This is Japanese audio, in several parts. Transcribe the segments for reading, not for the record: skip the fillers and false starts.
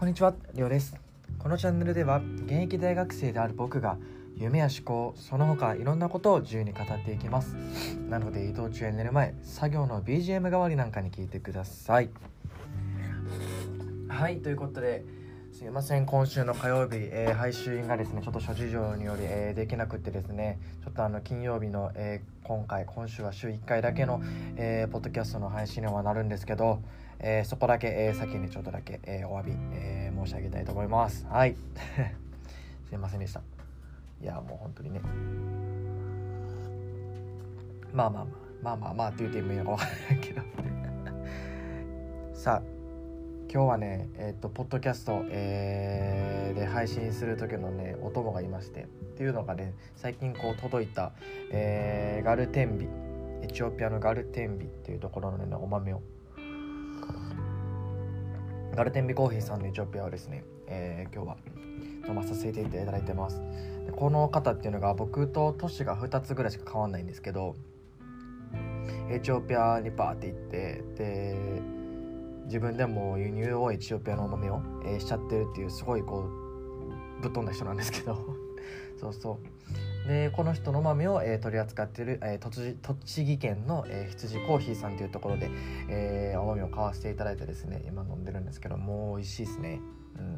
こんにちは、りょうです。このチャンネルでは現役大学生である僕が夢や思考、その他いろんなことを自由に語っていきます。なので移動中や寝る前、作業の BGM 代わりなんかに聞いてください。はい、ということですいません、今週の火曜日、配信がですねちょっと諸事情により、できなくってですね、ちょっと金曜日の、今週は週1回だけの、ポッドキャストの配信にはなるんですけど、そこだけ、先にちょっとだけ、お詫び、申し上げたいと思います。はいすいませんでした。いやもう本当にね、まあって言ってもいいのか分からないけどさあ今日はね、ポッドキャスト、で配信する時のねお供がいまして、っていうのがね、最近こう届いた、ガルテンビ、エチオピアのガルテンビっていうところのねお豆を、ガルテンビコーヒーさんのエチオピアをですね、今日は飲まさせていただいてます。でこの方っていうのが僕と年が2つぐらいしか変わんないんですけど、エチオピアにバーって行って、で自分でも輸入をエチオピアのお豆を、しちゃってるっていう、すごいこうぶっ飛んだ人なんですけどそうでこの人の豆を、取り扱っている、栃木県の、羊コーヒーさんというところで、お豆を買わせていただいてですね、今飲んでるんですけど、もう美味しいですね。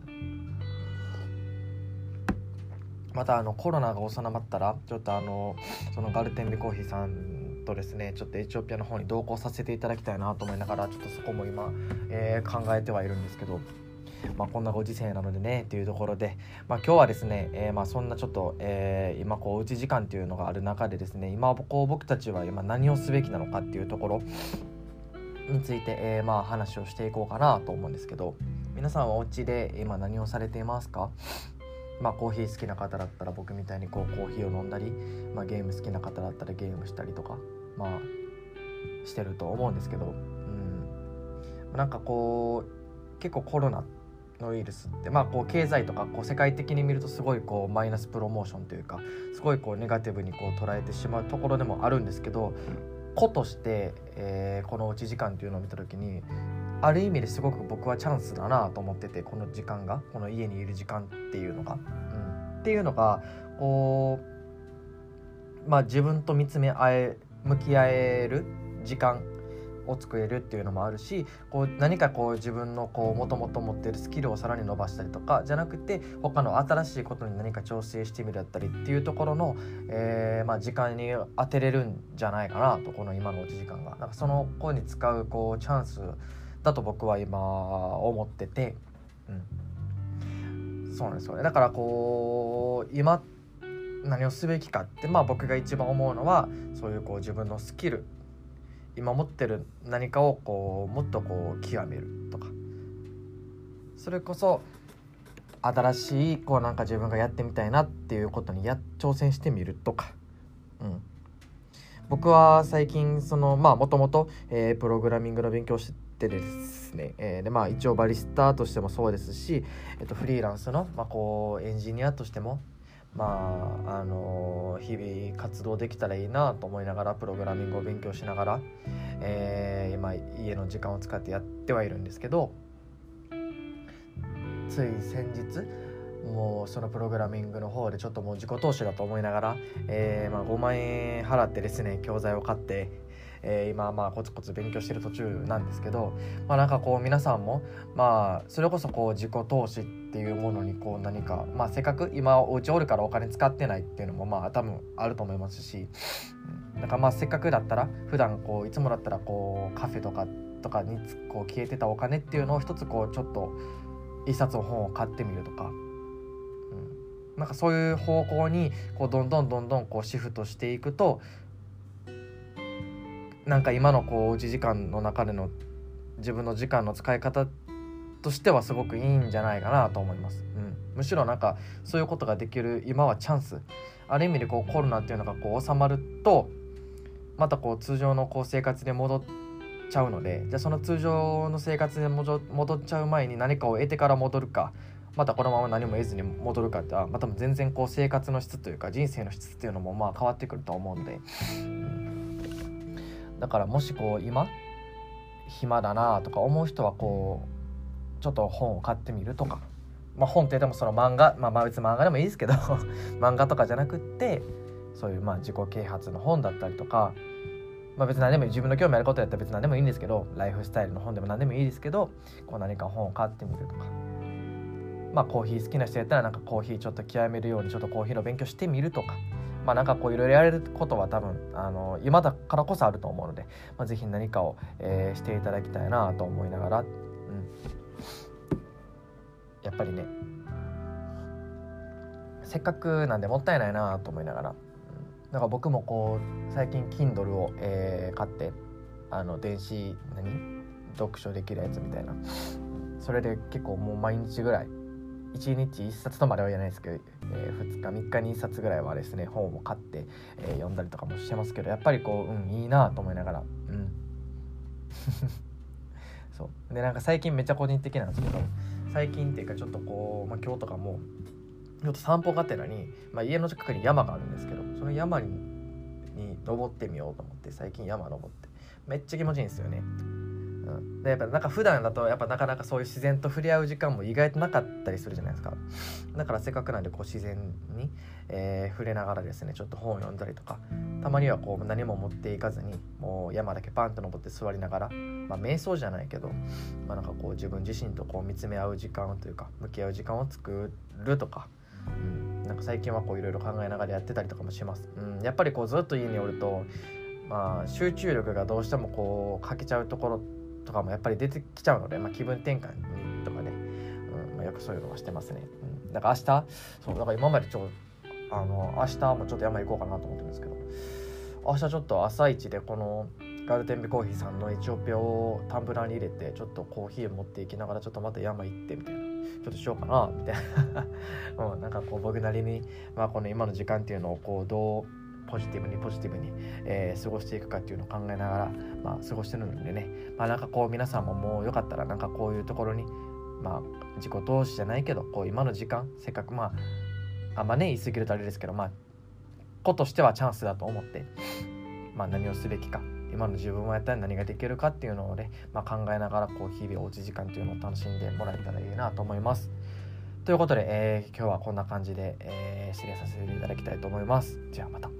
またコロナが収まったらちょっとそのガルテンビコーヒーさんとですね、ちょっとエチオピアの方に同行させていただきたいなと思いながら、ちょっとそこも今、考えてはいるんですけど、こんなご時世なのでねっていうところで、今日はですね、そんなちょっと、今こううち時間っていうのがある中でですね、今こう僕たちは今何をすべきなのかっていうところについて、話をしていこうかなと思うんですけど、皆さんはお家で今何をされていますか？コーヒー好きな方だったら僕みたいにこうコーヒーを飲んだり、ゲーム好きな方だったらゲームしたりとかしてると思うんですけど、なんかこう結構コロナのウイルスってこう経済とかこう世界的に見るとすごいこうマイナスプロモーションというか、すごいこうネガティブにこう捉えてしまうところでもあるんですけど、個として、このうち時間というのを見た時に、ある意味ですごく僕はチャンスだなと思ってて、この時間が、この家にいる時間っていうのが、っていうのがこう自分と向き合える時間を作れるっていうのもあるし、こう何かこう自分のこうもともと持っているスキルをさらに伸ばしたりとかじゃなくて、他の新しいことに何か調整してみるだったりっていうところの、時間に当てれるんじゃないかなと、この今のうち時間がなんかその子に使うこうチャンスだと僕は今思ってて、そうなんですよね。だからこう今何をすべきかって、僕が一番思うのは、そういうこう自分のスキル、今持ってる何かをこうもっとこう極めるとか、それこそ新しいこうなんか自分がやってみたいなっていうことに挑戦してみるとか、僕は最近そのもともとプログラミングの勉強してですね、で一応バリスタとしてもそうですし、フリーランスのこうエンジニアとしても日々活動できたらいいなと思いながら、プログラミングを勉強しながら、今家の時間を使ってやってはいるんですけど、つい先日もうそのプログラミングの方でちょっともう自己投資だと思いながら、5万円払ってですね教材を買って、今コツコツ勉強してる途中なんですけど、なんかこう皆さんもそれこそこう自己投資っていうものにこう何かせっかく今お家おるからお金使ってないっていうのも多分あると思いますし、なんかせっかくだったら普段こういつもだったらこうカフェとかにこう消えてたお金っていうのを一つこうちょっと一冊の本を買ってみるとか、なんかそういう方向にこうどんどんこうシフトしていくと、なんか今のこうおうち時間の中での自分の時間の使い方としてはすごくいいんじゃないかなと思います。むしろなんかそういうことができる今はチャンス、ある意味でこうコロナっていうのがこう収まるとまたこう通常のこう生活に戻っちゃうので、じゃあその通常の生活に戻っちゃう前に何かを得てから戻るか、またこのまま何も得ずに戻るかって多分全然こう生活の質というか人生の質っていうのも変わってくると思うので、だからもしこう今暇だなとか思う人はこちょっと本を買ってみるとか、本って言ってもその漫画、別に漫画でもいいですけど漫画とかじゃなくってそういう自己啓発の本だったりとか、別に何でもいい、自分の興味あることやったら別に何でもいいんですけど、ライフスタイルの本でも何でもいいですけど、何か本を買ってみるとか、コーヒー好きな人やったらコーヒーちょっと極めるようにちょっとコーヒーの勉強してみるとか、いろいろやれることは多分今だからこそあると思うので、ぜひ何かを、していただきたいなと思いながら、やっぱりねせっかくなんでもったいないなと思いながら、だから僕も最近 Kindle を、買って電子読書できるやつみたいな、それで結構もう毎日ぐらい1日1冊とまでは言えないですけど、2日3日に1冊ぐらいはですね本を買って、読んだりとかもしてますけど、やっぱりいいなと思いながら、そうで最近めっちゃ個人的なんですけど、最近っていうかちょっと今日とかもちょっと散歩がてらに、家の近くに山があるんですけど、その山に登ってみようと思って最近山登ってめっちゃ気持ちいいんですよね。でやっぱ普段だとやっぱなかなかそういう自然と触れ合う時間も意外となかったりするじゃないですか。だからせっかくなんで自然に、触れながらですねちょっと本を読んだりとか、たまには何も持っていかずにもう山だけパンと登って座りながら、瞑想じゃないけど、自分自身と見つめ合う時間というか向き合う時間を作るとか、最近はいろいろ考えながらやってたりとかもします。やっぱりずっと家におると集中力がどうしても欠けちゃうところとかもやっぱり出てきちゃうので、気分転換にとかね、よくそういうのはしてますね。だからだから今まで明日もちょっと山行こうかなと思ってるんですけど、明日ちょっと朝一でこのガルテンビコーヒーさんのエチオピアをタンブラーに入れてちょっとコーヒー持っていきながらちょっとまた山行ってみたいな、ちょっとしようかなみたいな僕なりにこの今の時間っていうのをどうポジティブに、過ごしていくかっていうのを考えながら、過ごしてるのでね、皆さんももうよかったらこういうところに自己投資じゃないけど今の時間せっかく言い過ぎるとあれですけど子としてはチャンスだと思って、何をすべきか、今の自分はやったら何ができるかっていうのをね、考えながら日々おうち時間っていうのを楽しんでもらえたらいいなと思います。ということで、今日はこんな感じで、失礼させていただきたいと思います。じゃあまた。